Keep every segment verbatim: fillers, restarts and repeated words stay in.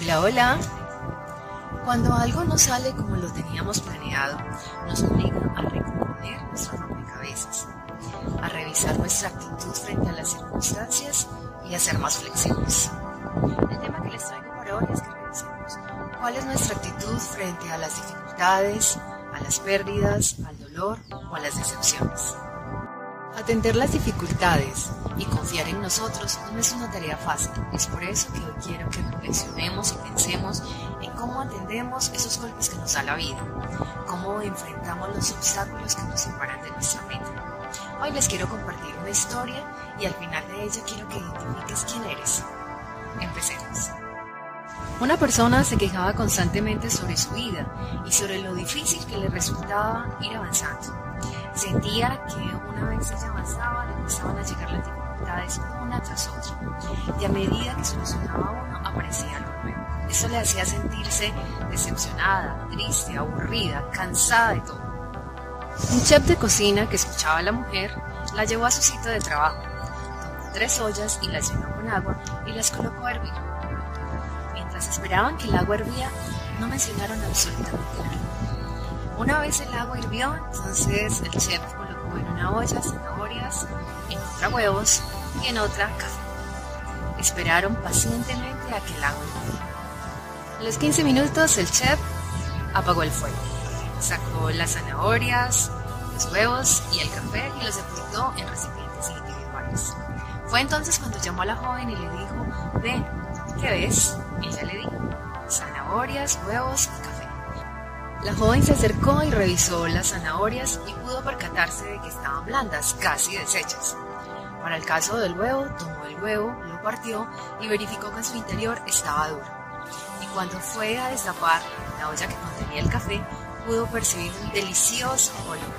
Hola, hola. Cuando algo no sale como lo teníamos planeado, nos obliga a recomponer nuestros rompecabezas, a revisar nuestra actitud frente a las circunstancias y a ser más flexibles. El tema que les traigo para hoy es que revisemos cuál es nuestra actitud frente a las dificultades, a las pérdidas, al dolor o a las decepciones. Atender las dificultades y confiar en nosotros no es una tarea fácil. Es por eso que hoy quiero que reflexionemos y pensemos en cómo atendemos esos golpes que nos da la vida, cómo enfrentamos los obstáculos que nos separan de nuestra meta. Hoy les quiero compartir una historia y al final de ella quiero que identifiques quién eres. Empecemos. Una persona se quejaba constantemente sobre su vida y sobre lo difícil que le resultaba ir avanzando. Sentía que una vez ella avanzaba, le empezaban a llegar las dificultades una tras otra, y a medida que solucionaba uno, aparecía algo nuevo. Esto le hacía sentirse decepcionada, triste, aburrida, cansada de todo. Un chef de cocina que escuchaba a la mujer la llevó a su sitio de trabajo, tomó tres ollas y las llenó con agua y las colocó a hervir. Mientras esperaban que el agua hervía, no mencionaron absolutamente nada. Una vez el agua hirvió, entonces el chef colocó en una olla zanahorias, en otra huevos y en otra café. Esperaron pacientemente a que el agua hirviera. A los quince minutos el chef apagó el fuego, sacó las zanahorias, los huevos y el café y los depositó en recipientes individuales. Fue entonces cuando llamó a la joven y le dijo: «Ven, ¿qué ves?». Ella le dijo: «Zanahorias, huevos y café». La joven se acercó y revisó las zanahorias y pudo percatarse de que estaban blandas, casi deshechas. Para el caso del huevo, tomó el huevo, lo partió y verificó que en su interior estaba duro. Y cuando fue a destapar la olla que contenía el café, pudo percibir un delicioso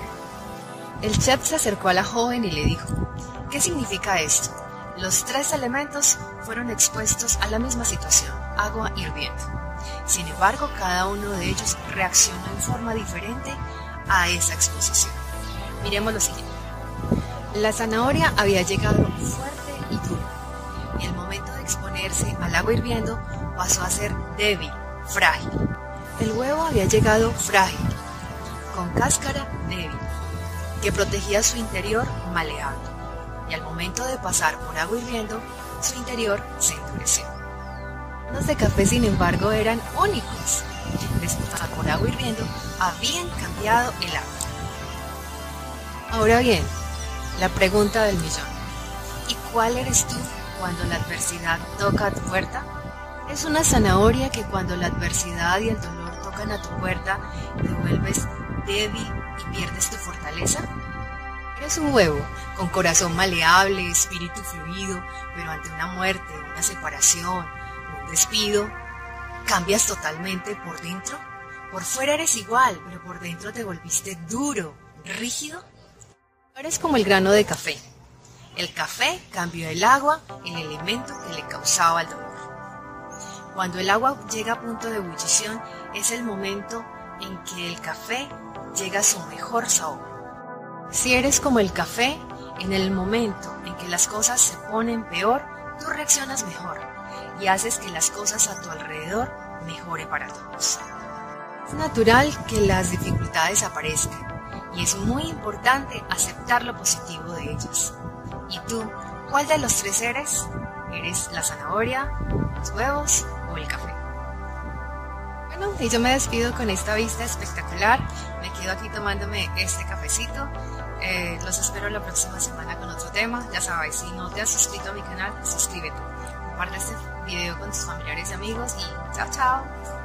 olor. El chef se acercó a la joven y le dijo: «¿Qué significa esto?». Los tres elementos fueron expuestos a la misma situación, agua hirviendo. Sin embargo, cada uno de ellos reaccionó en forma diferente a esa exposición. Miremos lo siguiente. La zanahoria había llegado fuerte y dura, y al momento de exponerse al agua hirviendo pasó a ser débil, frágil. El huevo había llegado frágil, con cáscara débil, que protegía su interior maleable, y al momento de pasar por agua hirviendo, su interior se endureció. Los de café, sin embargo, eran únicos. Después de pasar por agua hirviendo, habían cambiado el agua. Ahora bien, la pregunta del millón: ¿y cuál eres tú cuando la adversidad toca a tu puerta? ¿Es una zanahoria que cuando la adversidad y el dolor tocan a tu puerta te vuelves débil y pierdes tu fortaleza? ¿Eres un huevo con corazón maleable, espíritu fluido, pero ante una muerte, una separación, un despido, cambias totalmente por dentro? Por fuera eres igual, pero por dentro te volviste duro, rígido. Eres como el grano de café. El café cambió el agua, el elemento que le causaba el dolor. Cuando el agua llega a punto de ebullición, es el momento en que el café llega a su mejor sabor. Si eres como el café, en el momento en que las cosas se ponen peor, tú reaccionas mejor y haces que las cosas a tu alrededor mejore para todos. Es natural que las dificultades aparezcan y es muy importante aceptar lo positivo de ellas. ¿Y tú, cuál de los tres eres? ¿Eres la zanahoria, los huevos o el café? Bueno, y yo me despido con esta vista espectacular. Me quedo aquí tomándome este cafecito. Eh, los espero la próxima semana con otro tema. Ya sabes, si no te has suscrito a mi canal, suscríbete. Comparte este video con tus familiares y amigos y chao, chao.